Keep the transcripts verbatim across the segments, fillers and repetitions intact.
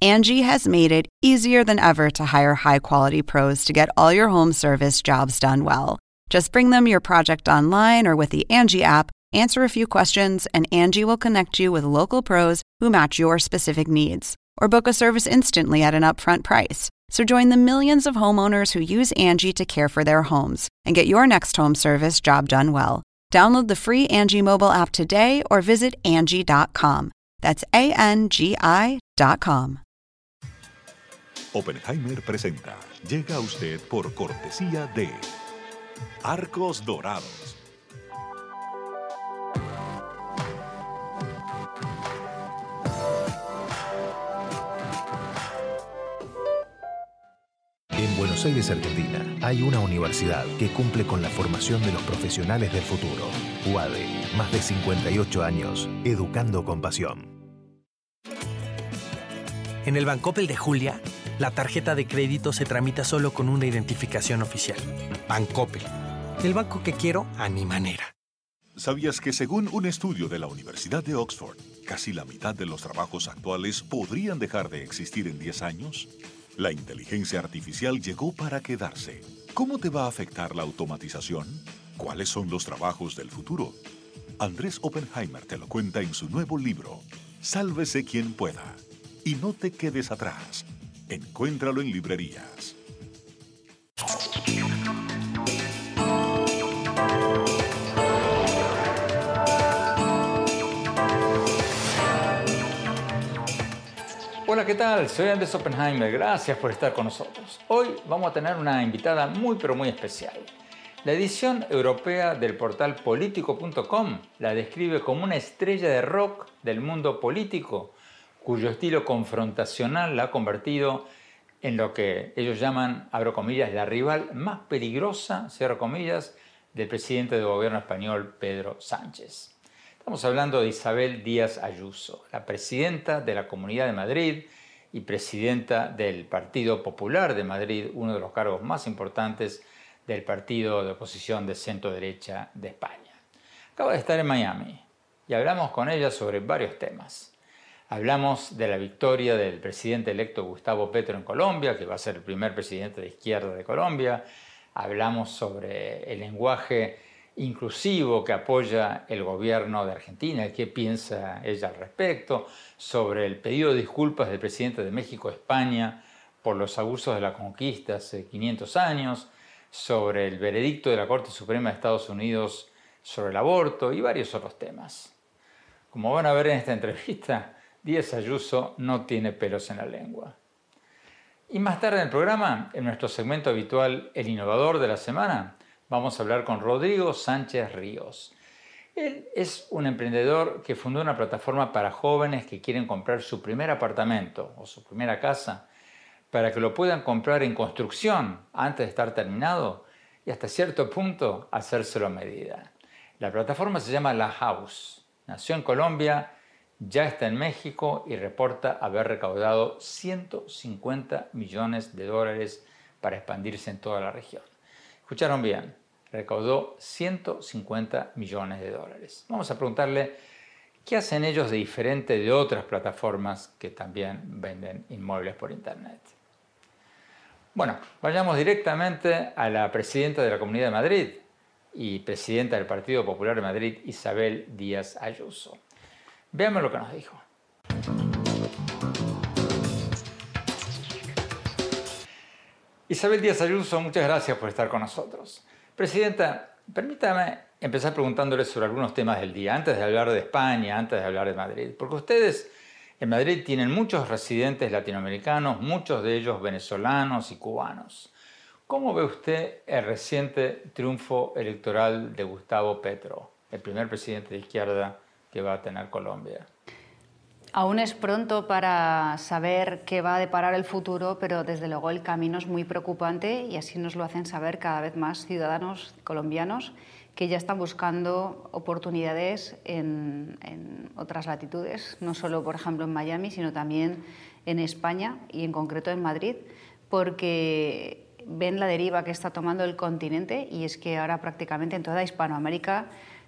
Angie has made it easier than ever to hire high-quality pros to get all your home service jobs done well. Just bring them your project online or with the Angie app, answer a few questions, and Angie will connect you with local pros who match your specific needs. Or book a service instantly at an upfront price. So join the millions of homeowners who use Angie to care for their homes and get your next home service job done well. Download the free Angie mobile app today or visit Angie dot com. That's A N G I dot com. Oppenheimer presenta. Llega a usted por cortesía de Arcos Dorados. En Buenos Aires, Argentina, hay una universidad que cumple con la formación de los profesionales del futuro. U A D E, más de cincuenta y ocho años, educando con pasión. En el Bancoppel de Julia, la tarjeta de crédito se tramita solo con una identificación oficial. Bancoppel, el banco que quiero a mi manera. ¿Sabías que según un estudio de la Universidad de Oxford, casi la mitad de los trabajos actuales podrían dejar de existir en diez años? La inteligencia artificial llegó para quedarse. ¿Cómo te va a afectar la automatización? ¿Cuáles son los trabajos del futuro? Andrés Oppenheimer te lo cuenta en su nuevo libro, Sálvese quien pueda. Y no te quedes atrás. Encuéntralo en librerías. Hola, ¿qué tal? Soy Andrés Oppenheimer. Gracias por estar con nosotros. Hoy vamos a tener una invitada muy pero muy especial. La edición europea del portal político punto com la describe como una estrella de rock del mundo político, cuyo estilo confrontacional la ha convertido en lo que ellos llaman, abro comillas, la rival más peligrosa, cierro comillas, del presidente de gobierno español, Pedro Sánchez. Estamos hablando de Isabel Díaz Ayuso, la presidenta de la Comunidad de Madrid y presidenta del Partido Popular de Madrid, uno de los cargos más importantes del partido de oposición de centro-derecha de España. Acaba de estar en Miami y hablamos con ella sobre varios temas. Hablamos de la victoria del presidente electo Gustavo Petro en Colombia, que va a ser el primer presidente de izquierda de Colombia. Hablamos sobre el lenguaje inclusivo que apoya el gobierno de Argentina, qué piensa ella al respecto, sobre el pedido de disculpas del presidente de México a España por los abusos de la conquista hace quinientos años, sobre el veredicto de la Corte Suprema de Estados Unidos sobre el aborto y varios otros temas. Como van a ver en esta entrevista, Díaz Ayuso no tiene pelos en la lengua. Y más tarde en el programa, en nuestro segmento habitual El Innovador de la Semana, vamos a hablar con Rodrigo Sánchez Ríos. Él es un emprendedor que fundó una plataforma para jóvenes que quieren comprar su primer apartamento o su primera casa para que lo puedan comprar en construcción antes de estar terminado y hasta cierto punto hacérselo a medida. La plataforma se llama La House. Nació en Colombia, ya está en México y reporta haber recaudado ciento cincuenta millones de dólares para expandirse en toda la región. Escucharon bien, recaudó ciento cincuenta millones de dólares. Vamos a preguntarle qué hacen ellos de diferente de otras plataformas que también venden inmuebles por internet. Bueno, vayamos directamente a la presidenta de la Comunidad de Madrid y presidenta del Partido Popular de Madrid, Isabel Díaz Ayuso. Veamos lo que nos dijo. Isabel Díaz Ayuso, muchas gracias por estar con nosotros. Presidenta, permítame empezar preguntándole sobre algunos temas del día, antes de hablar de España, antes de hablar de Madrid. Porque ustedes en Madrid tienen muchos residentes latinoamericanos, muchos de ellos venezolanos y cubanos. ¿Cómo ve usted el reciente triunfo electoral de Gustavo Petro, el primer presidente de izquierda que va a tener Colombia? Aún es pronto para saber qué va a deparar el futuro, pero desde luego el camino es muy preocupante y así nos lo hacen saber cada vez más ciudadanos colombianos que ya están buscando oportunidades en, en otras latitudes, no solo, por ejemplo, en Miami, sino también en España y en concreto en Madrid, porque ven la deriva que está tomando el continente y es que ahora prácticamente en toda Hispanoamérica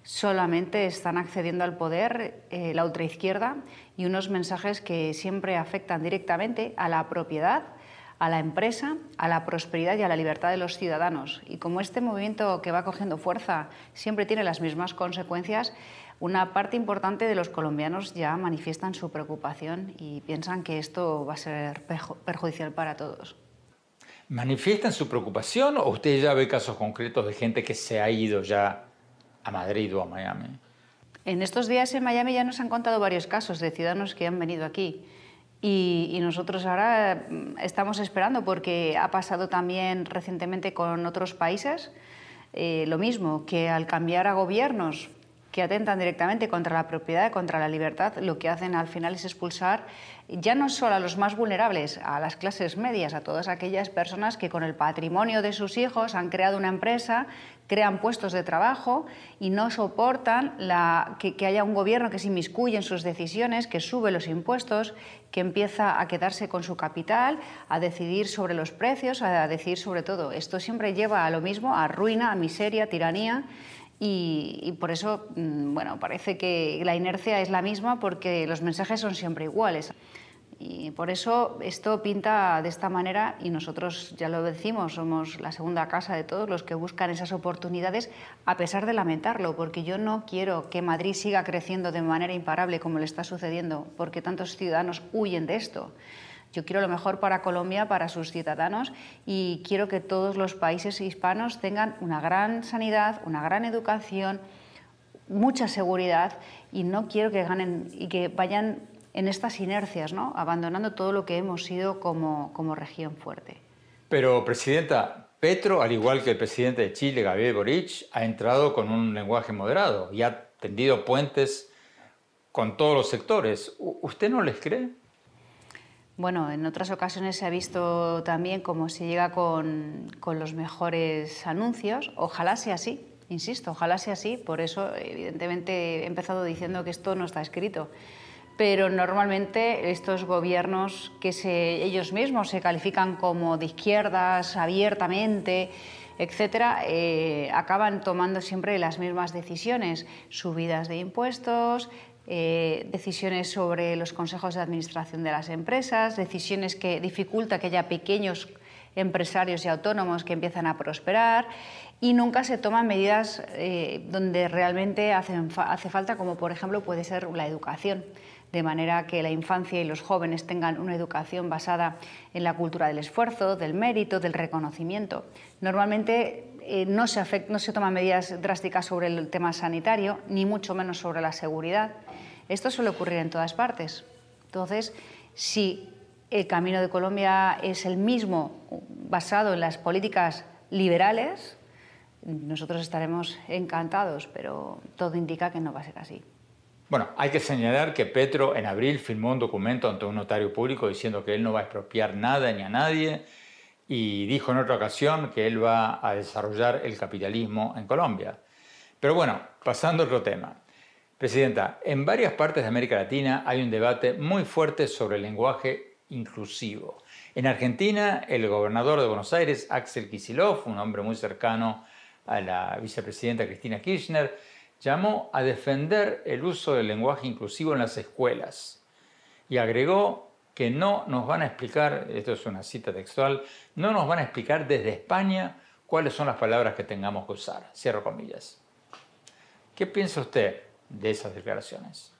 solamente están accediendo al poder eh, la ultraizquierda y unos mensajes que siempre afectan directamente a la propiedad, a la empresa, a la prosperidad y a la libertad de los ciudadanos. Y como este movimiento que va cogiendo fuerza siempre tiene las mismas consecuencias, una parte importante de los colombianos ya manifiestan su preocupación y piensan que esto va a ser perjudicial para todos. ¿Manifiestan su preocupación o usted ya ve casos concretos de gente que se ha ido ya a Madrid o a Miami? En estos días en Miami ya nos han contado varios casos de ciudadanos que han venido aquí. Y, y nosotros ahora estamos esperando, porque ha pasado también recientemente con otros países, eh, lo mismo, que al cambiar a gobiernos que atentan directamente contra la propiedad, contra la libertad, lo que hacen al final es expulsar ya no solo a los más vulnerables, a las clases medias, a todas aquellas personas que con el patrimonio de sus hijos han creado una empresa, crean puestos de trabajo y no soportan la, que, que haya un gobierno que se inmiscuye en sus decisiones, que sube los impuestos, que empieza a quedarse con su capital, a decidir sobre los precios, a decidir sobre todo. Esto siempre lleva a lo mismo, a ruina, a miseria, a tiranía. Y, y por eso, bueno, parece que la inercia es la misma, porque los mensajes son siempre iguales. Y por eso esto pinta de esta manera, y nosotros ya lo decimos, somos la segunda casa de todos los que buscan esas oportunidades, a pesar de lamentarlo, porque yo no quiero que Madrid siga creciendo de manera imparable como le está sucediendo, porque tantos ciudadanos huyen de esto. Yo quiero lo mejor para Colombia, para sus ciudadanos, y quiero que todos los países hispanos tengan una gran sanidad, una gran educación, mucha seguridad, y no quiero que ganen y que vayan en estas inercias, ¿no?, abandonando todo lo que hemos sido como, como región fuerte. Pero, Presidenta, Petro, al igual que el presidente de Chile, Gabriel Boric, ha entrado con un lenguaje moderado y ha tendido puentes con todos los sectores. ¿Usted no les cree? Bueno, en otras ocasiones se ha visto también cómo se llega con, con los mejores anuncios. Ojalá sea así, insisto, ojalá sea así. Por eso, evidentemente, he empezado diciendo que esto no está escrito. Pero normalmente estos gobiernos que se, ellos mismos se califican como de izquierdas abiertamente, etcétera, eh, acaban tomando siempre las mismas decisiones: subidas de impuestos, eh, decisiones sobre los consejos de administración de las empresas, decisiones que dificultan que haya pequeños empresarios y autónomos que empiezan a prosperar, y nunca se toman medidas eh, donde realmente hacen, hace falta, como por ejemplo puede ser la educación, de manera que la infancia y los jóvenes tengan una educación basada en la cultura del esfuerzo, del mérito, del reconocimiento. Normalmente eh, no, se afect, no se toman medidas drásticas sobre el tema sanitario, ni mucho menos sobre la seguridad. Esto suele ocurrir en todas partes. Entonces, si el camino de Colombia es el mismo, basado en las políticas liberales, nosotros estaremos encantados, pero todo indica que no va a ser así. Bueno, hay que señalar que Petro en abril firmó un documento ante un notario público diciendo que él no va a expropiar nada ni a nadie, y dijo en otra ocasión que él va a desarrollar el capitalismo en Colombia. Pero bueno, pasando a otro tema. Presidenta, en varias partes de América Latina hay un debate muy fuerte sobre el lenguaje inclusivo. En Argentina, el gobernador de Buenos Aires, Axel Kicillof, un hombre muy cercano a la vicepresidenta Cristina Kirchner, llamó a defender el uso del lenguaje inclusivo en las escuelas y agregó que no nos van a explicar, esto es una cita textual, no nos van a explicar desde España cuáles son las palabras que tengamos que usar. Cierro comillas. ¿Qué piensa usted de esas declaraciones?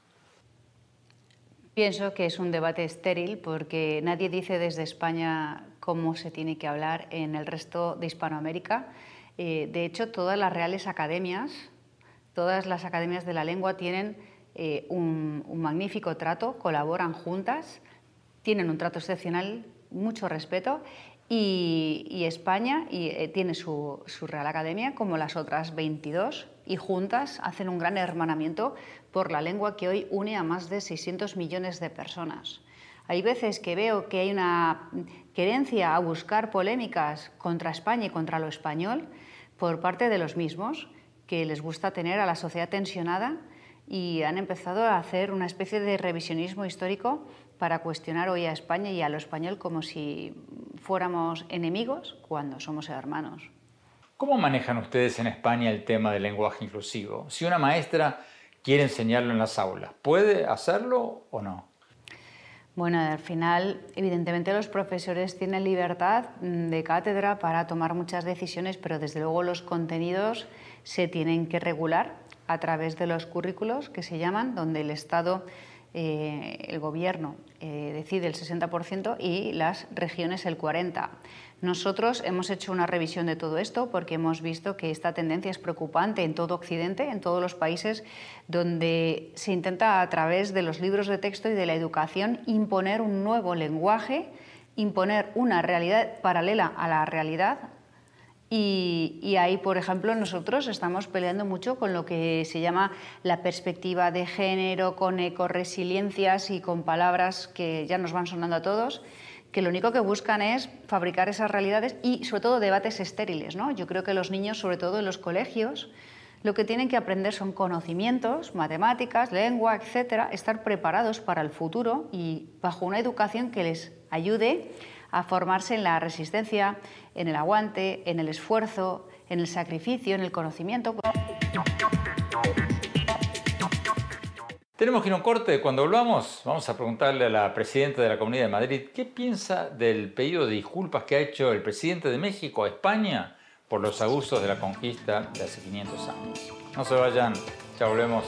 Pienso que es un debate estéril, porque nadie dice desde España cómo se tiene que hablar en el resto de Hispanoamérica. Eh, de hecho, todas las reales academias, todas las academias de la lengua tienen eh, un, un magnífico trato, colaboran juntas, tienen un trato excepcional, mucho respeto, y, y España y, eh, tiene su, su Real Academia, como las otras veintidós, y juntas hacen un gran hermanamiento por la lengua que hoy une a más de seiscientos millones de personas. Hay veces que veo que hay una querencia a buscar polémicas contra España y contra lo español por parte de los mismos, que les gusta tener a la sociedad tensionada, y han empezado a hacer una especie de revisionismo histórico para cuestionar hoy a España y a lo español como si fuéramos enemigos cuando somos hermanos. ¿Cómo manejan ustedes en España el tema del lenguaje inclusivo? Si una maestra quiere enseñarlo en las aulas, ¿puede hacerlo o no? Bueno, al final, evidentemente los profesores tienen libertad de cátedra para tomar muchas decisiones, pero desde luego los contenidos se tienen que regular a través de los currículos que se llaman, donde el Estado, eh, el Gobierno, eh, decide el sesenta por ciento y las regiones el cuarenta por ciento. Nosotros hemos hecho una revisión de todo esto porque hemos visto que esta tendencia es preocupante en todo Occidente, en todos los países donde se intenta a través de los libros de texto y de la educación imponer un nuevo lenguaje, imponer una realidad paralela a la realidad. Y, y ahí, por ejemplo, nosotros estamos peleando mucho con lo que se llama la perspectiva de género, con ecoresiliencias y con palabras que ya nos van sonando a todos, que lo único que buscan es fabricar esas realidades y, sobre todo, debates estériles, ¿no? Yo creo que los niños, sobre todo en los colegios, lo que tienen que aprender son conocimientos, matemáticas, lengua, etcétera, estar preparados para el futuro y bajo una educación que les ayude a formarse en la resistencia, en el aguante, en el esfuerzo, en el sacrificio, en el conocimiento. Tenemos que ir a un corte. Cuando volvamos, vamos a preguntarle a la presidenta de la Comunidad de Madrid qué piensa del pedido de disculpas que ha hecho el presidente de México a España por los abusos de la conquista de hace quinientos años. No se vayan, ya volvemos.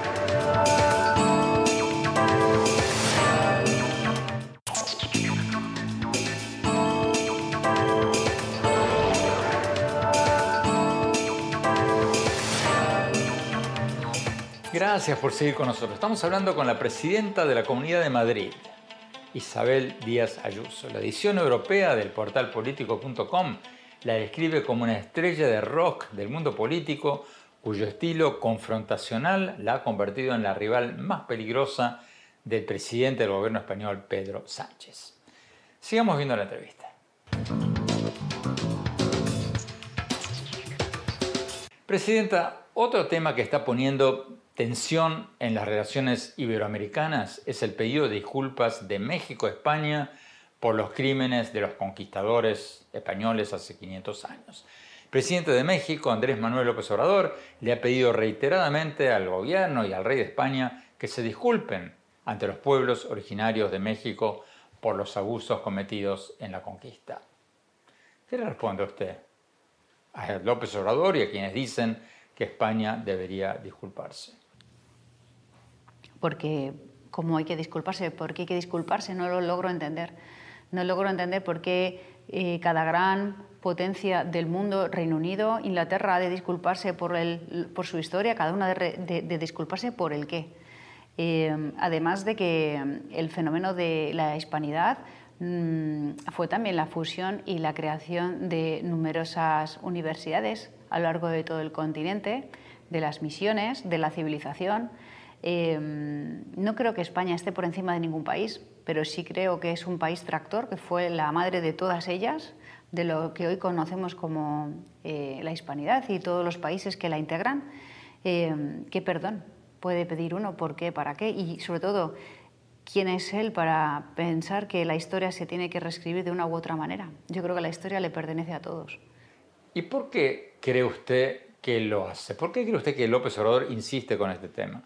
Gracias por seguir con nosotros. Estamos hablando con la presidenta de la Comunidad de Madrid, Isabel Díaz Ayuso. La edición europea del portal político punto com la describe como una estrella de rock del mundo político cuyo estilo confrontacional la ha convertido en la rival más peligrosa del presidente del gobierno español, Pedro Sánchez. Sigamos viendo la entrevista. Presidenta, otro tema que está poniendo tensión en las relaciones iberoamericanas es el pedido de disculpas de México a España por los crímenes de los conquistadores españoles hace quinientos años. El presidente de México, Andrés Manuel López Obrador, le ha pedido reiteradamente al gobierno y al rey de España que se disculpen ante los pueblos originarios de México por los abusos cometidos en la conquista. ¿Qué le responde usted a López Obrador y a quienes dicen que España debería disculparse? Porque, ¿cómo hay que disculparse? ¿Por qué hay que disculparse? No lo logro entender. No logro entender por qué eh, cada gran potencia del mundo, Reino Unido, Inglaterra, ha de disculparse por, el, por su historia, cada una de, de, de disculparse por el qué. Eh, además de que el fenómeno de la hispanidad mmm, fue también la fusión y la creación de numerosas universidades a lo largo de todo el continente, de las misiones, de la civilización. Eh, no creo que España esté por encima de ningún país, pero sí creo que es un país tractor, que fue la madre de todas ellas, de lo que hoy conocemos como eh, la hispanidad y todos los países que la integran. Eh, ¿Qué perdón puede pedir uno? ¿Por qué? ¿Para qué? Y sobre todo, ¿quién es él para pensar que la historia se tiene que reescribir de una u otra manera? Yo creo que la historia le pertenece a todos. ¿Y por qué cree usted que lo hace? ¿Por qué cree usted que López Obrador insiste con este tema?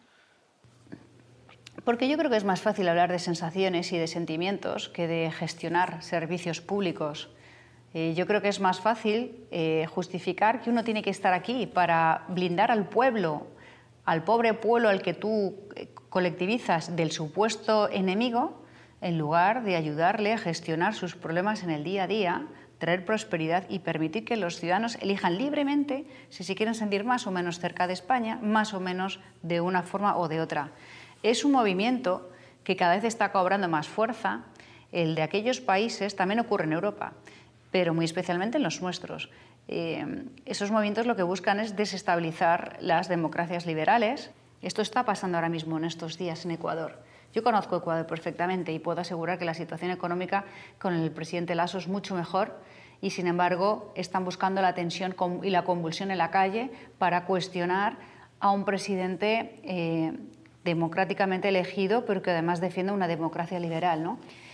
Porque yo creo que es más fácil hablar de sensaciones y de sentimientos que de gestionar servicios públicos. Eh, yo creo que es más fácil eh, justificar que uno tiene que estar aquí para blindar al pueblo, al pobre pueblo al que tú colectivizas del supuesto enemigo, en lugar de ayudarle a gestionar sus problemas en el día a día, traer prosperidad y permitir que los ciudadanos elijan libremente si se quieren sentir más o menos cerca de España, más o menos de una forma o de otra. Es un movimiento que cada vez está cobrando más fuerza. El de aquellos países también ocurre en Europa, pero muy especialmente en los nuestros. Eh, esos movimientos lo que buscan es desestabilizar las democracias liberales. Esto está pasando ahora mismo en estos días en Ecuador. Yo conozco Ecuador perfectamente y puedo asegurar que la situación económica con el presidente Lasso es mucho mejor y, sin embargo, están buscando la tensión y la convulsión en la calle para cuestionar a un presidente eh, democráticamente elegido, pero que además defiende una democracia liberal, ¿no?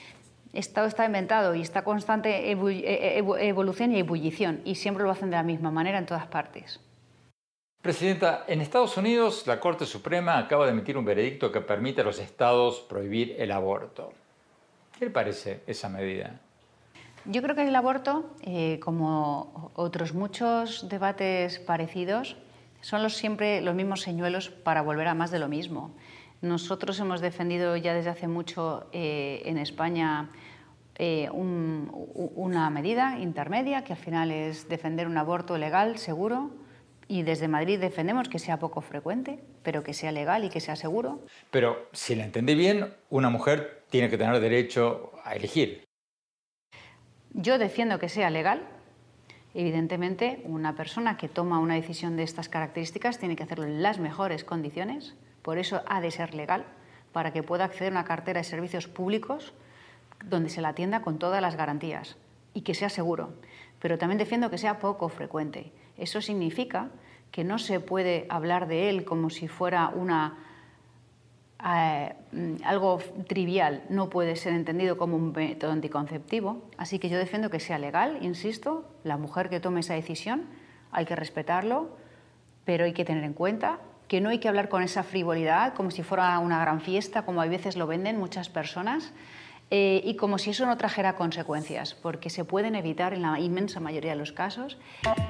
Esto está inventado y está constante evolución y ebullición, y siempre lo hacen de la misma manera en todas partes. Presidenta, en Estados Unidos la Corte Suprema acaba de emitir un veredicto que permite a los estados prohibir el aborto. ¿Qué le parece esa medida? Yo creo que el aborto, eh, como otros muchos debates parecidos, son los, siempre los mismos señuelos para volver a más de lo mismo. Nosotros hemos defendido ya desde hace mucho eh, en España eh, un, una medida intermedia, que al final es defender un aborto legal, seguro, y desde Madrid defendemos que sea poco frecuente, pero que sea legal y que sea seguro. Pero, si la entendí bien, una mujer tiene que tener derecho a elegir. Yo defiendo que sea legal. Evidentemente, una persona que toma una decisión de estas características tiene que hacerlo en las mejores condiciones. Por eso ha de ser legal, para que pueda acceder a una cartera de servicios públicos donde se la atienda con todas las garantías y que sea seguro. Pero también defiendo que sea poco frecuente. Eso significa que no se puede hablar de él como si fuera una, eh, algo trivial. No puede ser entendido como un método anticonceptivo. Así que yo defiendo que sea legal, insisto. La mujer que tome esa decisión hay que respetarlo, pero hay que tener en cuenta que no hay que hablar con esa frivolidad, como si fuera una gran fiesta, como a veces lo venden muchas personas, eh, y como si eso no trajera consecuencias, porque se pueden evitar en la inmensa mayoría de los casos.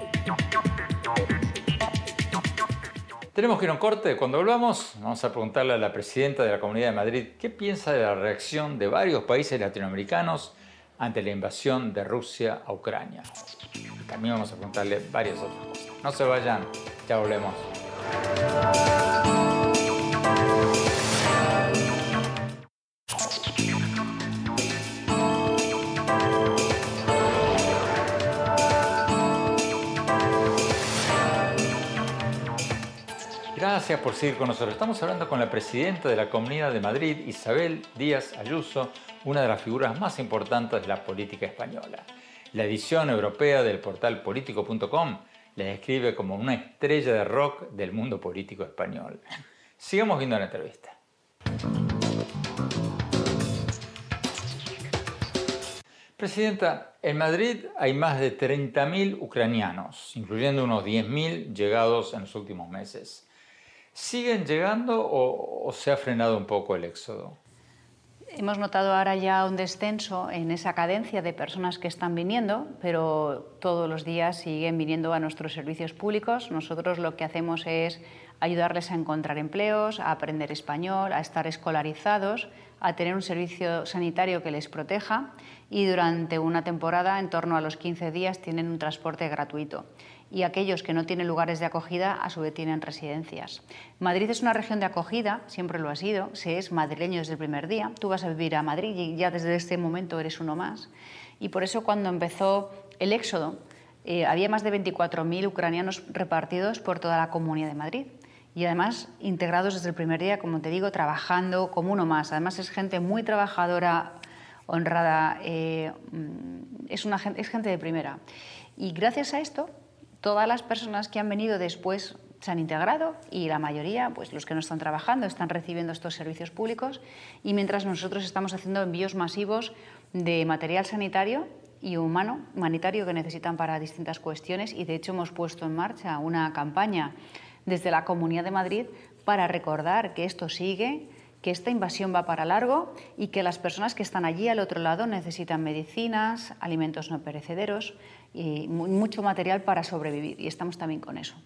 Tenemos que ir a un corte. Cuando volvamos, vamos a preguntarle a la presidenta de la Comunidad de Madrid qué piensa de la reacción de varios países latinoamericanos ante la invasión de Rusia a Ucrania. También vamos a preguntarle varias otras cosas. No se vayan, ya volvemos. Gracias por seguir con nosotros. Estamos hablando con la presidenta de la Comunidad de Madrid, Isabel Díaz Ayuso, una de las figuras más importantes de la política española. La edición europea del portal político punto com la describe como una estrella de rock del mundo político español. Sigamos viendo la entrevista. Presidenta, en Madrid hay más de treinta mil ucranianos, incluyendo unos diez mil llegados en los últimos meses. ¿Siguen llegando o, o se ha frenado un poco el éxodo? Hemos notado ahora ya un descenso en esa cadencia de personas que están viniendo, pero todos los días siguen viniendo a nuestros servicios públicos. Nosotros lo que hacemos es ayudarles a encontrar empleos, a aprender español, a estar escolarizados, a tener un servicio sanitario que les proteja, y durante una temporada, en torno a los quince días, tienen un transporte gratuito. Y aquellos que no tienen lugares de acogida, a su vez tienen residencias. Madrid es una región de acogida, siempre lo ha sido, se es madrileño desde el primer día. Tú vas a vivir a Madrid y ya desde este momento eres uno más. Y por eso cuando empezó el éxodo, eh, había más de veinticuatro mil ucranianos repartidos por toda la Comunidad de Madrid. Y además integrados desde el primer día, como te digo, trabajando como uno más. Además es gente muy trabajadora, honrada, eh, es, una, es gente de primera. Y gracias a esto, todas las personas que han venido después se han integrado, y la mayoría, pues los que no están trabajando, están recibiendo estos servicios públicos, y mientras nosotros estamos haciendo envíos masivos de material sanitario y humano, humanitario, que necesitan para distintas cuestiones, y de hecho hemos puesto en marcha una campaña desde la Comunidad de Madrid para recordar que esto sigue, que esta invasión va para largo y que las personas que están allí al otro lado necesitan medicinas, alimentos no perecederos y mucho material para sobrevivir, y estamos también con eso.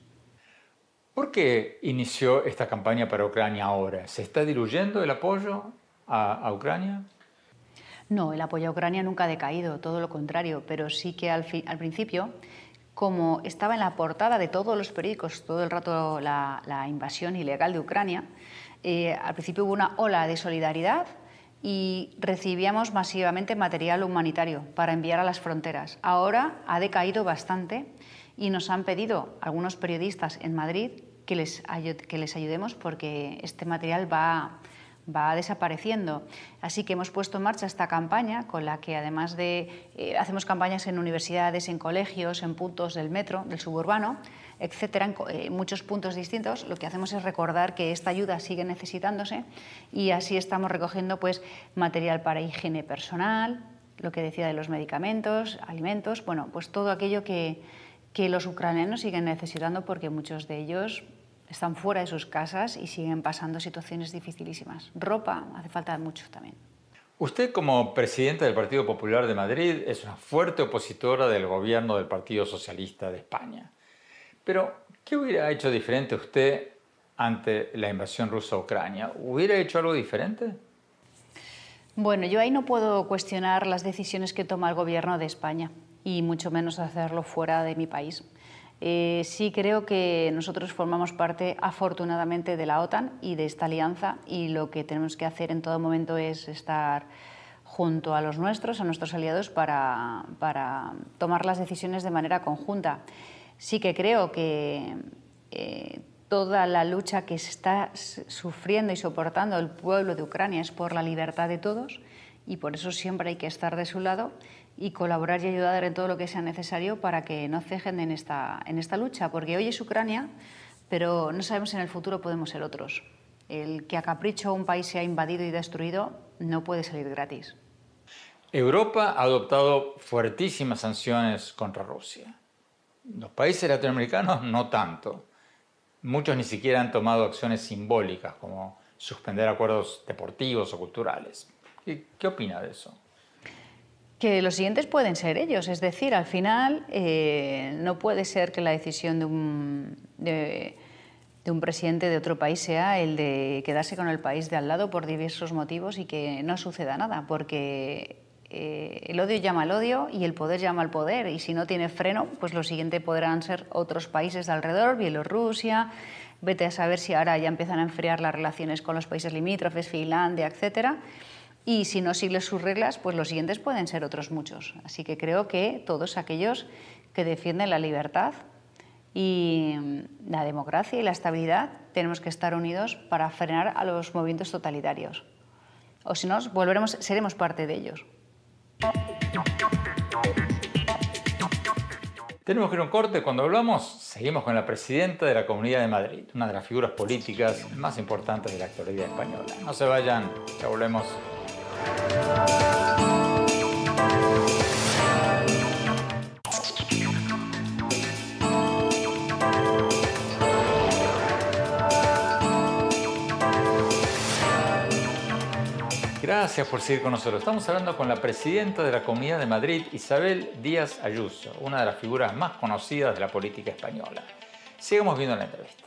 ¿Por qué inició esta campaña para Ucrania ahora? ¿Se está diluyendo el apoyo a, a Ucrania? No, el apoyo a Ucrania nunca ha decaído, todo lo contrario, pero sí que al, fi, al principio, como estaba en la portada de todos los periódicos todo el rato la, la invasión ilegal de Ucrania, eh, al principio hubo una ola de solidaridad y recibíamos masivamente material humanitario para enviar a las fronteras. Ahora ha decaído bastante y nos han pedido algunos periodistas en Madrid que les, que les ayudemos, porque este material va, va desapareciendo. Así que hemos puesto en marcha esta campaña con la que además de... Eh, hacemos campañas en universidades, en colegios, en puntos del metro, del suburbano, etcétera, en eh, muchos puntos distintos. Lo que hacemos es recordar que esta ayuda sigue necesitándose y así estamos recogiendo pues, material para higiene personal, lo que decía de los medicamentos, alimentos, bueno, pues todo aquello que, que los ucranianos siguen necesitando porque muchos de ellos están fuera de sus casas y siguen pasando situaciones dificilísimas. Ropa, hace falta mucho también. Usted, como presidenta del Partido Popular de Madrid, es una fuerte opositora del gobierno del Partido Socialista de España. Pero, ¿qué hubiera hecho diferente usted ante la invasión rusa a Ucrania? ¿Hubiera hecho algo diferente? Bueno, yo ahí no puedo cuestionar las decisiones que toma el gobierno de España y mucho menos hacerlo fuera de mi país. Eh, sí creo que nosotros formamos parte, afortunadamente, de la OTAN y de esta alianza y lo que tenemos que hacer en todo momento es estar junto a los nuestros, a nuestros aliados, para, para tomar las decisiones de manera conjunta. Sí que creo que eh, toda la lucha que se está sufriendo y soportando el pueblo de Ucrania es por la libertad de todos y por eso siempre hay que estar de su lado y colaborar y ayudar en todo lo que sea necesario para que no cejen en esta, en esta lucha, porque hoy es Ucrania, pero no sabemos si en el futuro podemos ser otros. El que a capricho un país sea invadido y destruido no puede salir gratis. Europa ha adoptado fuertísimas sanciones contra Rusia. Los países latinoamericanos no tanto. Muchos ni siquiera han tomado acciones simbólicas, como suspender acuerdos deportivos o culturales. ¿Qué, qué opina de eso? Que los siguientes pueden ser ellos, es decir, al final eh, no puede ser que la decisión de un, de, de un presidente de otro país sea el de quedarse con el país de al lado por diversos motivos y que no suceda nada, porque eh, el odio llama al odio y el poder llama al poder, y si no tiene freno, pues lo siguiente podrán ser otros países de alrededor, Bielorrusia, vete a saber si ahora ya empiezan a enfriar las relaciones con los países limítrofes, Finlandia, etcétera. Y si no sigues sus reglas, pues los siguientes pueden ser otros muchos. Así que creo que todos aquellos que defienden la libertad y la democracia y la estabilidad tenemos que estar unidos para frenar a los movimientos totalitarios. O si no, volveremos, seremos parte de ellos. Tenemos que ir a un corte. Cuando hablamos, seguimos con la presidenta de la Comunidad de Madrid, una de las figuras políticas más importantes de la actualidad española. No se vayan, ya volvemos. Gracias por seguir con nosotros. Estamos hablando con la presidenta de la Comunidad de Madrid, Isabel Díaz Ayuso, una de las figuras más conocidas de la política española. Sigamos viendo la entrevista.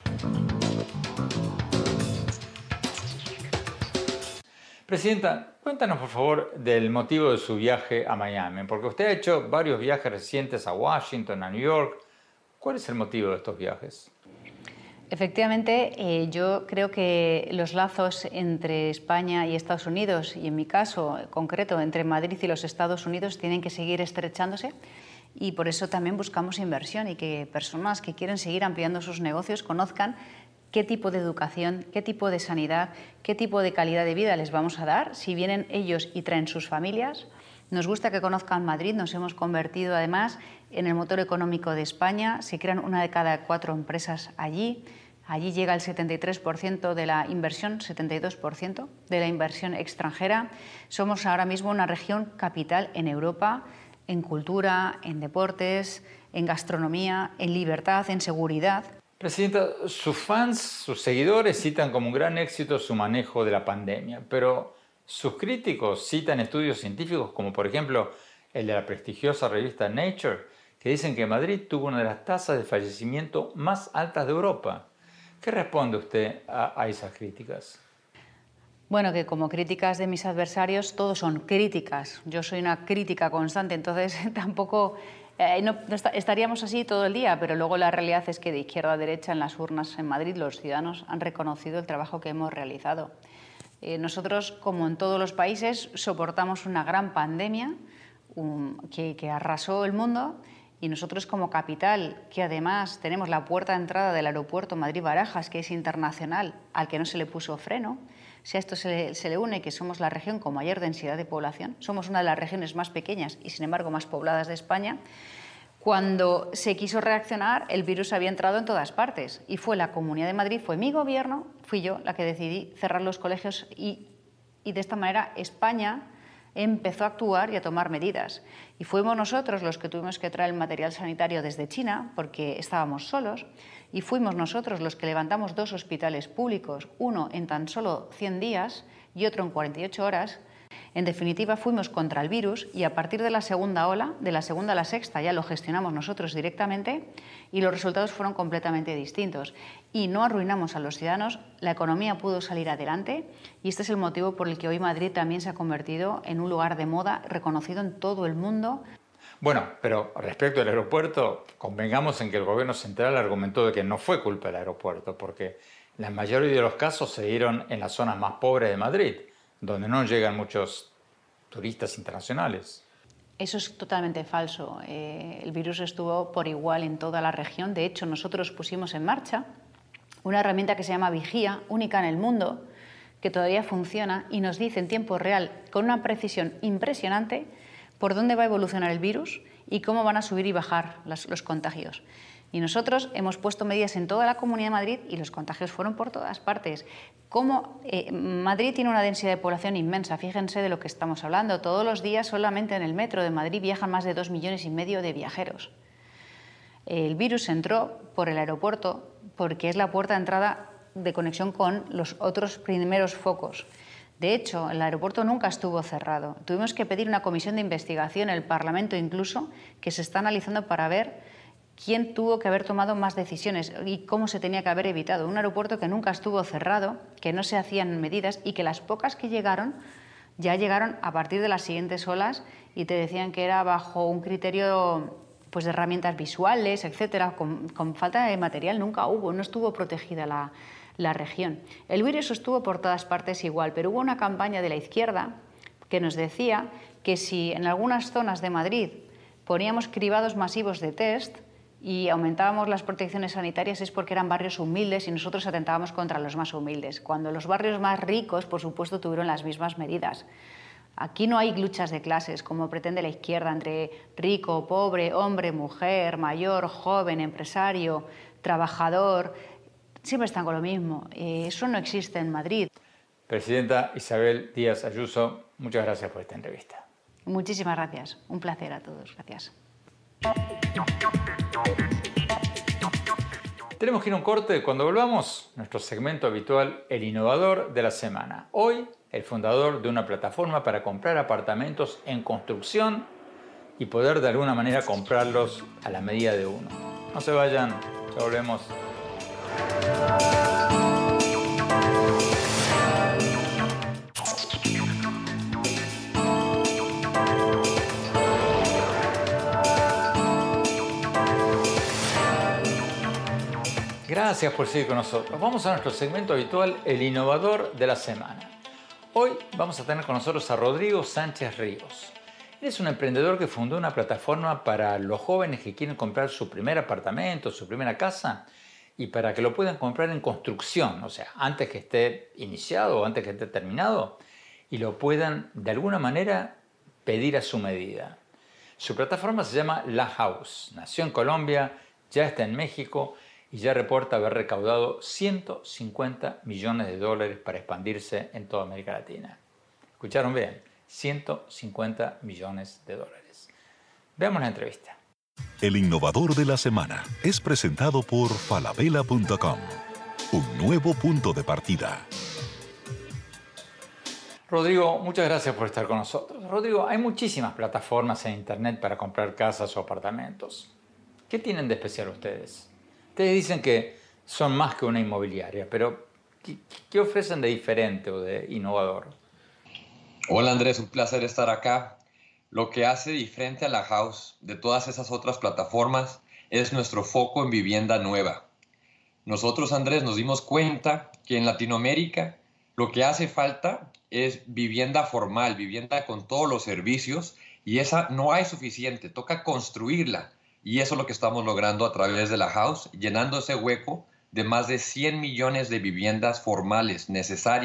Presidenta, cuéntanos por favor del motivo de su viaje a Miami, porque usted ha hecho varios viajes recientes a Washington, a New York. ¿Cuál es el motivo de estos viajes? Efectivamente, eh, yo creo que los lazos entre España y Estados Unidos, y en mi caso concreto entre Madrid y los Estados Unidos, tienen que seguir estrechándose, y por eso también buscamos inversión y que personas que quieren seguir ampliando sus negocios conozcan qué tipo de educación, qué tipo de sanidad, qué tipo de calidad de vida les vamos a dar si vienen ellos y traen sus familias. Nos gusta que conozcan Madrid, nos hemos convertido además en el motor económico de España, se crean una de cada cuatro empresas allí, allí llega el setenta y tres por ciento de la inversión, setenta y dos por ciento de la inversión extranjera. Somos ahora mismo una región capital en Europa, en cultura, en deportes, en gastronomía, en libertad, en seguridad. Presidenta, sus fans, sus seguidores citan como un gran éxito su manejo de la pandemia, pero sus críticos citan estudios científicos como por ejemplo el de la prestigiosa revista Nature, que dicen que Madrid tuvo una de las tasas de fallecimiento más altas de Europa. ¿Qué responde usted a, a esas críticas? Bueno, que como críticas de mis adversarios, todos son críticas. Yo soy una crítica constante, entonces tampoco eh, no, no está, estaríamos así todo el día, pero luego la realidad es que de izquierda a derecha en las urnas en Madrid los ciudadanos han reconocido el trabajo que hemos realizado. Eh, nosotros, como en todos los países, soportamos una gran pandemia um, que, que arrasó el mundo. Y nosotros como capital, que además tenemos la puerta de entrada del aeropuerto Madrid-Barajas, que es internacional, al que no se le puso freno, Si a esto se le, se le une que somos la región con mayor densidad de población, somos una de las regiones más pequeñas y sin embargo más pobladas de España, cuando se quiso reaccionar el virus había entrado en todas partes y fue la Comunidad de Madrid, fue mi gobierno, fui yo la que decidí cerrar los colegios y, y de esta manera España empezó a actuar y a tomar medidas. Y fuimos nosotros los que tuvimos que traer el material sanitario desde China, porque estábamos solos, y fuimos nosotros los que levantamos dos hospitales públicos, uno en tan solo cien días y otro en cuarenta y ocho horas. En definitiva, fuimos contra el virus y a partir de la segunda ola, de la segunda a la sexta, ya lo gestionamos nosotros directamente y los resultados fueron completamente distintos. Y no arruinamos a los ciudadanos, la economía pudo salir adelante y este es el motivo por el que hoy Madrid también se ha convertido en un lugar de moda reconocido en todo el mundo. Bueno, pero respecto al aeropuerto, convengamos en que el gobierno central argumentó de que no fue culpa del aeropuerto, porque la mayoría de los casos se dieron en las zonas más pobres de Madrid, donde no llegan muchos turistas internacionales. Eso es totalmente falso. Eh, el virus estuvo por igual en toda la región. De hecho, nosotros pusimos en marcha una herramienta que se llama Vigía, única en el mundo, que todavía funciona y nos dice en tiempo real, con una precisión impresionante, por dónde va a evolucionar el virus y cómo van a subir y bajar las, los contagios. Y nosotros hemos puesto medidas en toda la Comunidad de Madrid y los contagios fueron por todas partes. Como eh, Madrid tiene una densidad de población inmensa, fíjense de lo que estamos hablando. Todos los días solamente en el metro de Madrid viajan más de dos millones y medio de viajeros. El virus entró por el aeropuerto porque es la puerta de entrada de conexión con los otros primeros focos. De hecho, el aeropuerto nunca estuvo cerrado. Tuvimos que pedir una comisión de investigación, el Parlamento incluso, que se está analizando para ver quién tuvo que haber tomado más decisiones y cómo se tenía que haber evitado. Un aeropuerto que nunca estuvo cerrado, que no se hacían medidas y que las pocas que llegaron ya llegaron a partir de las siguientes olas y te decían que era bajo un criterio pues, de herramientas visuales, etcétera. Con, con falta de material nunca hubo, no estuvo protegida la, la región. El virus estuvo por todas partes igual, pero hubo una campaña de la izquierda que nos decía que si en algunas zonas de Madrid poníamos cribados masivos de test y aumentábamos las protecciones sanitarias es porque eran barrios humildes y nosotros atentábamos contra los más humildes, cuando los barrios más ricos, por supuesto, tuvieron las mismas medidas. Aquí no hay luchas de clases, como pretende la izquierda, entre rico, pobre, hombre, mujer, mayor, joven, empresario, trabajador. Siempre están con lo mismo. Eso no existe en Madrid. Presidenta Isabel Díaz Ayuso, muchas gracias por esta entrevista. Muchísimas gracias. Un placer a todos. Gracias. Tenemos que ir a un corte. Cuando volvamos, nuestro segmento habitual, El Innovador de la Semana. Hoy, el fundador de una plataforma para comprar apartamentos en construcción y poder de alguna manera comprarlos a la medida de uno. No se vayan, ya volvemos. Gracias por seguir con nosotros. Vamos a nuestro segmento habitual, El Innovador de la Semana. Hoy vamos a tener con nosotros a Rodrigo Sánchez Ríos. Él es un emprendedor que fundó una plataforma para los jóvenes que quieren comprar su primer apartamento, su primera casa, y para que lo puedan comprar en construcción, o sea, antes que esté iniciado o antes que esté terminado, y lo puedan de alguna manera pedir a su medida. Su plataforma se llama La House. Nació en Colombia, ya está en México y ya reporta haber recaudado ciento cincuenta millones de dólares para expandirse en toda América Latina. ¿Escucharon bien? ciento cincuenta millones de dólares. Veamos la entrevista. El Innovador de la Semana es presentado por falabella punto com. Un nuevo punto de partida. Rodrigo, muchas gracias por estar con nosotros. Rodrigo, hay muchísimas plataformas en Internet para comprar casas o apartamentos. ¿Qué tienen de especial ustedes? Ustedes dicen que son más que una inmobiliaria, pero ¿qué, qué ofrecen de diferente o de innovador? Hola Andrés, un placer estar acá. Lo que hace diferente a La House de todas esas otras plataformas es nuestro foco en vivienda nueva. Nosotros, Andrés, nos dimos cuenta que en Latinoamérica lo que hace falta es vivienda formal, vivienda con todos los servicios, y esa no hay suficiente, toca construirla. Y eso es lo que estamos logrando a través de La House, llenando ese hueco de más de cien millones de viviendas formales necesarias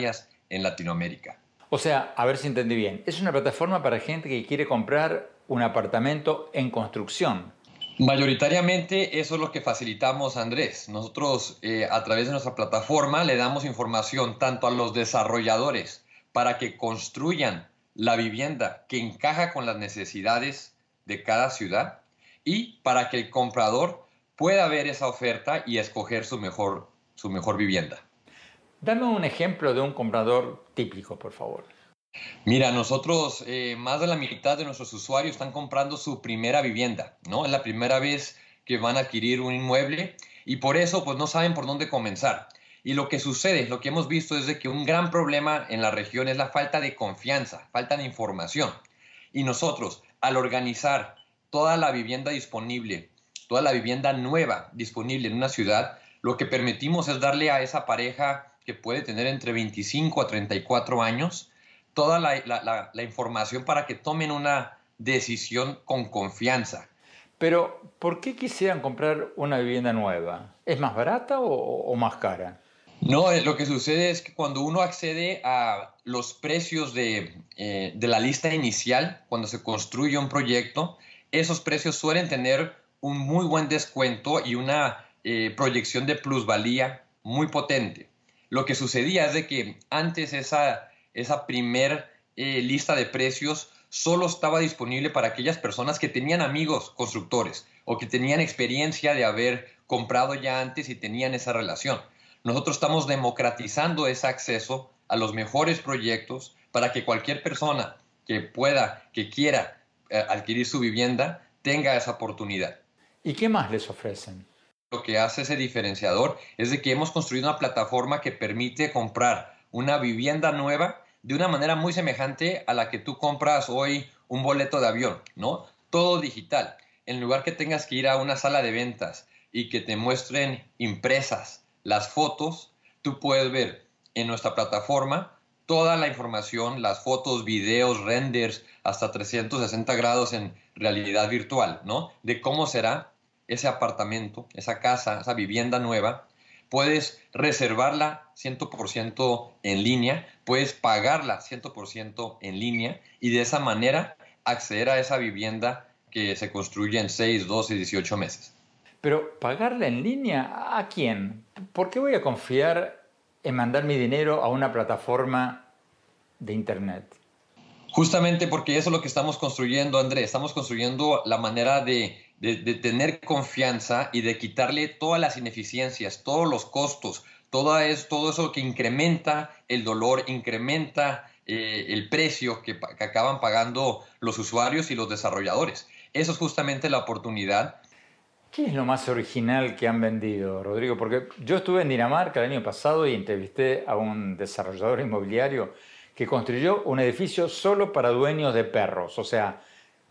en Latinoamérica. O sea, a ver si entendí bien, es una plataforma para gente que quiere comprar un apartamento en construcción. Mayoritariamente eso es lo que facilitamos, Andrés. Nosotros eh, a través de nuestra plataforma le damos información tanto a los desarrolladores para que construyan la vivienda que encaja con las necesidades de cada ciudad y para que el comprador pueda ver esa oferta y escoger su mejor, su mejor vivienda. Dame un ejemplo de un comprador típico, por favor. Mira, nosotros, eh, más de la mitad de nuestros usuarios están comprando su primera vivienda, ¿no? Es la primera vez que van a adquirir un inmueble y por eso pues no saben por dónde comenzar. Y lo que sucede, lo que hemos visto es de que un gran problema en la región es la falta de confianza, falta de información. Y nosotros, al organizar toda la vivienda disponible, toda la vivienda nueva disponible en una ciudad, lo que permitimos es darle a esa pareja que puede tener entre veinticinco a treinta y cuatro años, toda la, la, la, la información para que tomen una decisión con confianza. Pero, ¿por qué quisieran comprar una vivienda nueva? ¿Es más barata o, o más cara? No, lo que sucede es que cuando uno accede a los precios de, eh, de la lista inicial, cuando se construye un proyecto, esos precios suelen tener un muy buen descuento y una eh, proyección de plusvalía muy potente. Lo que sucedía es de que antes esa, esa primer eh, lista de precios solo estaba disponible para aquellas personas que tenían amigos constructores o que tenían experiencia de haber comprado ya antes y tenían esa relación. Nosotros estamos democratizando ese acceso a los mejores proyectos para que cualquier persona que pueda, que quiera eh, adquirir su vivienda, tenga esa oportunidad. ¿Y qué más les ofrecen? Lo que hace ese diferenciador es de que hemos construido una plataforma que permite comprar una vivienda nueva de una manera muy semejante a la que tú compras hoy un boleto de avión, ¿no? Todo digital. En lugar que tengas que ir a una sala de ventas y que te muestren impresas las fotos, tú puedes ver en nuestra plataforma toda la información, las fotos, videos, renders, hasta trescientos sesenta grados en realidad virtual, ¿no? De cómo será ese apartamento, esa casa, esa vivienda nueva. Puedes reservarla cien por ciento en línea, puedes pagarla cien por ciento en línea y de esa manera acceder a esa vivienda que se construye en seis, doce, dieciocho meses. Pero ¿pagarla en línea a quién? ¿Por qué voy a confiar en mandar mi dinero a una plataforma de internet? Justamente porque eso es lo que estamos construyendo, Andrés. Estamos construyendo la manera de, de, de tener confianza y de quitarle todas las ineficiencias, todos los costos, todo eso, todo eso que incrementa el dolor, incrementa eh, el precio que, que acaban pagando los usuarios y los desarrolladores. Eso es justamente la oportunidad. ¿Qué es lo más original que han vendido, Rodrigo? Porque yo estuve en Dinamarca el año pasado y entrevisté a un desarrollador inmobiliario que construyó un edificio solo para dueños de perros, o sea,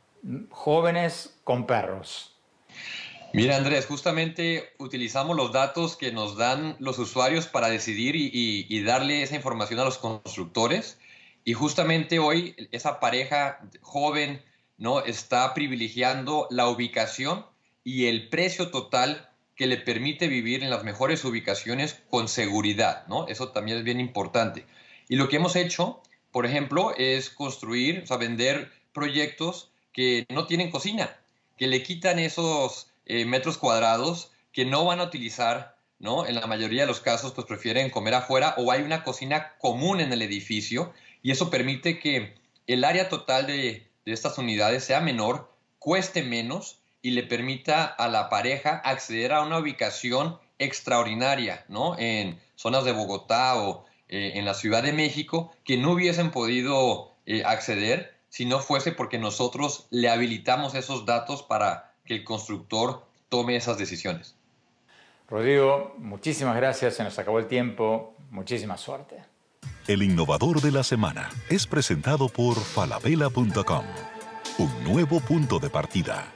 jóvenes con perros. Mira, Andrés, justamente utilizamos los datos que nos dan los usuarios para decidir y, y, y darle esa información a los constructores. Y justamente hoy esa pareja joven, ¿no?, está privilegiando la ubicación y el precio total que le permite vivir en las mejores ubicaciones con seguridad, ¿no? Eso también es bien importante. Y lo que hemos hecho, por ejemplo, es construir, o sea, vender proyectos que no tienen cocina, que le quitan esos eh, metros cuadrados que no van a utilizar, ¿no? En la mayoría de los casos, pues prefieren comer afuera o hay una cocina común en el edificio y eso permite que el área total de, de estas unidades sea menor, cueste menos y le permita a la pareja acceder a una ubicación extraordinaria, ¿no? En zonas de Bogotá o eh, en la Ciudad de México que no hubiesen podido eh, acceder si no fuese porque nosotros le habilitamos esos datos para que el constructor tome esas decisiones. Rodrigo, muchísimas gracias, se nos acabó el tiempo, muchísima suerte. El innovador de la semana es presentado por falabella punto com, un nuevo punto de partida.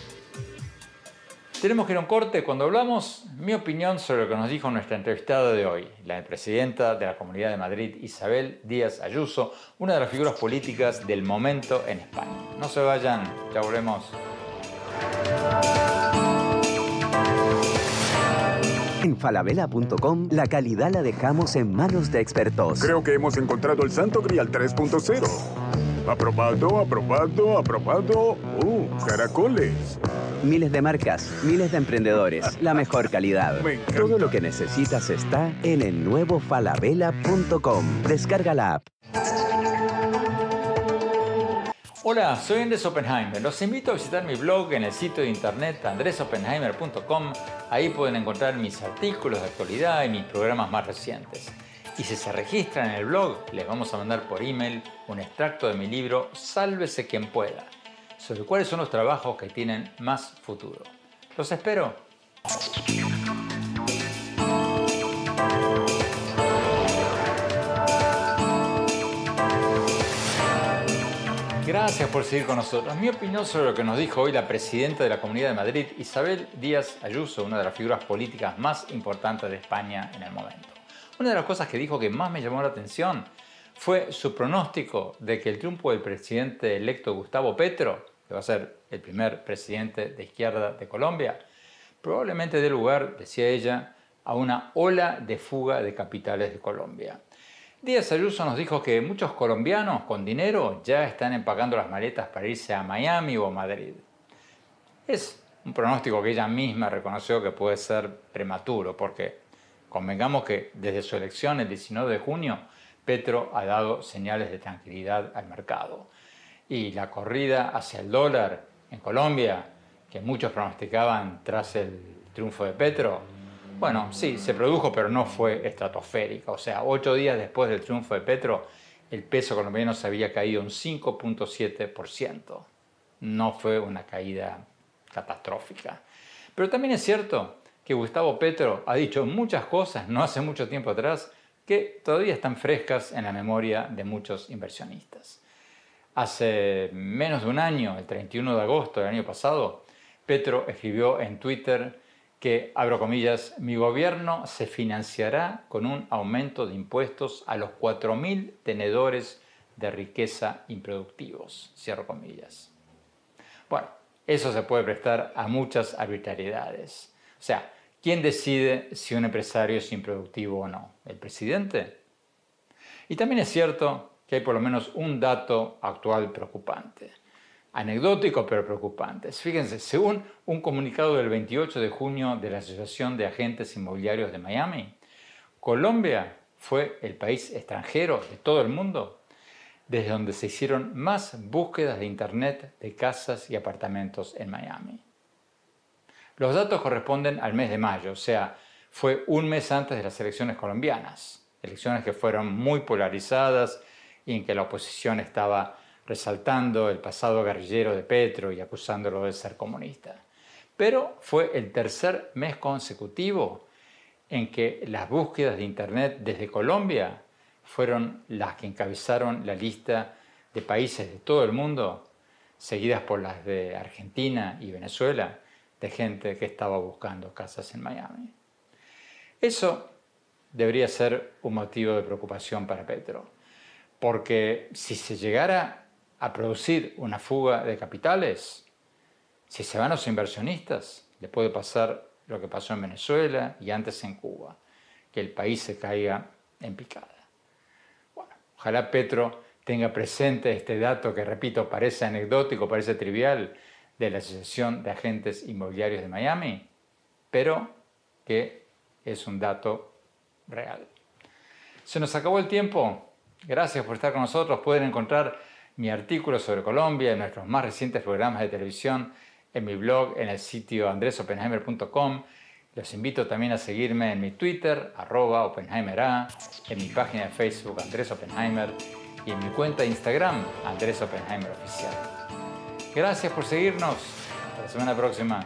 Tenemos que ir a un corte. Cuando hablamos, mi opinión sobre lo que nos dijo nuestra entrevistada de hoy, la presidenta de la Comunidad de Madrid, Isabel Díaz Ayuso, una de las figuras políticas del momento en España. No se vayan, ya volvemos. En falabella punto com, la calidad la dejamos en manos de expertos. Creo que hemos encontrado el Santo Grial tres punto cero. Aprobado, aprobado, aprobado. ¡Uh, caracoles! Miles de marcas, miles de emprendedores, la mejor calidad. Todo lo que necesitas está en el nuevo falabella punto com. Descarga la app. Hola, soy Andrés Oppenheimer. Los invito a visitar mi blog en el sitio de internet andres oppenheimer punto com. Ahí pueden encontrar mis artículos de actualidad y mis programas más recientes. Y si se registran en el blog, les vamos a mandar por email un extracto de mi libro Sálvese quien pueda, sobre cuáles son los trabajos que tienen más futuro. Los espero. Gracias por seguir con nosotros. Mi opinión sobre lo que nos dijo hoy la presidenta de la Comunidad de Madrid, Isabel Díaz Ayuso, una de las figuras políticas más importantes de España en el momento. Una de las cosas que dijo que más me llamó la atención fue su pronóstico de que el triunfo del presidente electo Gustavo Petro, que va a ser el primer presidente de izquierda de Colombia, probablemente dé lugar, decía ella, a una ola de fuga de capitales de Colombia. Díaz Ayuso nos dijo que muchos colombianos con dinero ya están empacando las maletas para irse a Miami o a Madrid. Es un pronóstico que ella misma reconoció que puede ser prematuro, porque convengamos que desde su elección el diecinueve de junio, Petro ha dado señales de tranquilidad al mercado. Y la corrida hacia el dólar en Colombia, que muchos pronosticaban tras el triunfo de Petro, bueno, sí, se produjo, pero no fue estratosférica. O sea, ocho días después del triunfo de Petro, el peso colombiano se había caído un cinco punto siete por ciento. No fue una caída catastrófica. Pero también es cierto que Gustavo Petro ha dicho muchas cosas no hace mucho tiempo atrás que todavía están frescas en la memoria de muchos inversionistas. Hace menos de un año, el treinta y uno de agosto del año pasado, Petro escribió en Twitter que, abro comillas, mi gobierno se financiará con un aumento de impuestos a los cuatro mil tenedores de riqueza improductivos, cierro comillas. Bueno, eso se puede prestar a muchas arbitrariedades. O sea, ¿quién decide si un empresario es improductivo o no? ¿El presidente? Y también es cierto que hay por lo menos un dato actual preocupante. Anecdótico pero preocupante. Fíjense, según un comunicado del veintiocho de junio de la Asociación de Agentes Inmobiliarios de Miami, Colombia fue el país extranjero de todo el mundo desde donde se hicieron más búsquedas de internet de casas y apartamentos en Miami. Los datos corresponden al mes de mayo, o sea, fue un mes antes de las elecciones colombianas, elecciones que fueron muy polarizadas y en que la oposición estaba resaltando el pasado guerrillero de Petro y acusándolo de ser comunista. Pero fue el tercer mes consecutivo en que las búsquedas de internet desde Colombia fueron las que encabezaron la lista de países de todo el mundo, seguidas por las de Argentina y Venezuela, de gente que estaba buscando casas en Miami. Eso debería ser un motivo de preocupación para Petro, porque si se llegara a producir una fuga de capitales, si se van los inversionistas, le puede pasar lo que pasó en Venezuela y antes en Cuba, que el país se caiga en picada. Bueno, ojalá Petro tenga presente este dato que, repito, parece anecdótico, parece trivial, de la Asociación de Agentes Inmobiliarios de Miami, pero que es un dato real. Se nos acabó el tiempo. Gracias por estar con nosotros. Pueden encontrar mi artículo sobre Colombia en nuestros más recientes programas de televisión en mi blog en el sitio andres oppenheimer punto com. Los invito también a seguirme en mi Twitter, arroba OppenheimerA, en mi página de Facebook, Andrés Oppenheimer, y en mi cuenta de Instagram, Andrés Oppenheimer Oficial. Gracias por seguirnos. Hasta la semana próxima.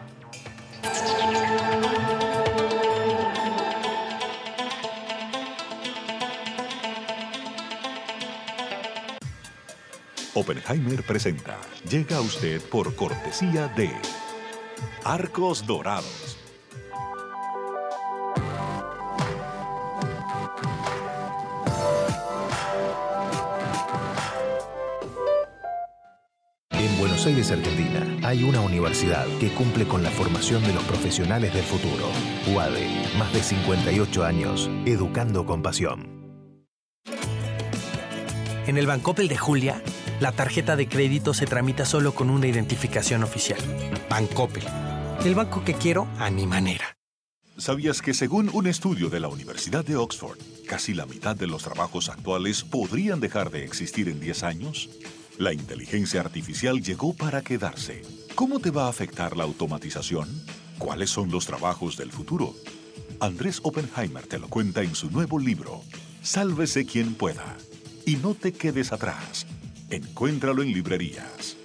Oppenheimer presenta. Llega a usted por cortesía de Arcos Dorados. En Buenos Buenos Aires, Argentina, hay una universidad que cumple con la formación de los profesionales del futuro. U A D E, más de cincuenta y ocho años, educando con pasión. En el Bancoppel de Julia, la tarjeta de crédito se tramita solo con una identificación oficial. Bancoppel, el banco que quiero a mi manera. ¿Sabías que según un estudio de la Universidad de Oxford, casi la mitad de los trabajos actuales podrían dejar de existir en diez años? La inteligencia artificial llegó para quedarse. ¿Cómo te va a afectar la automatización? ¿Cuáles son los trabajos del futuro? Andrés Oppenheimer te lo cuenta en su nuevo libro, Sálvese quien pueda. Y no te quedes atrás. Encuéntralo en librerías.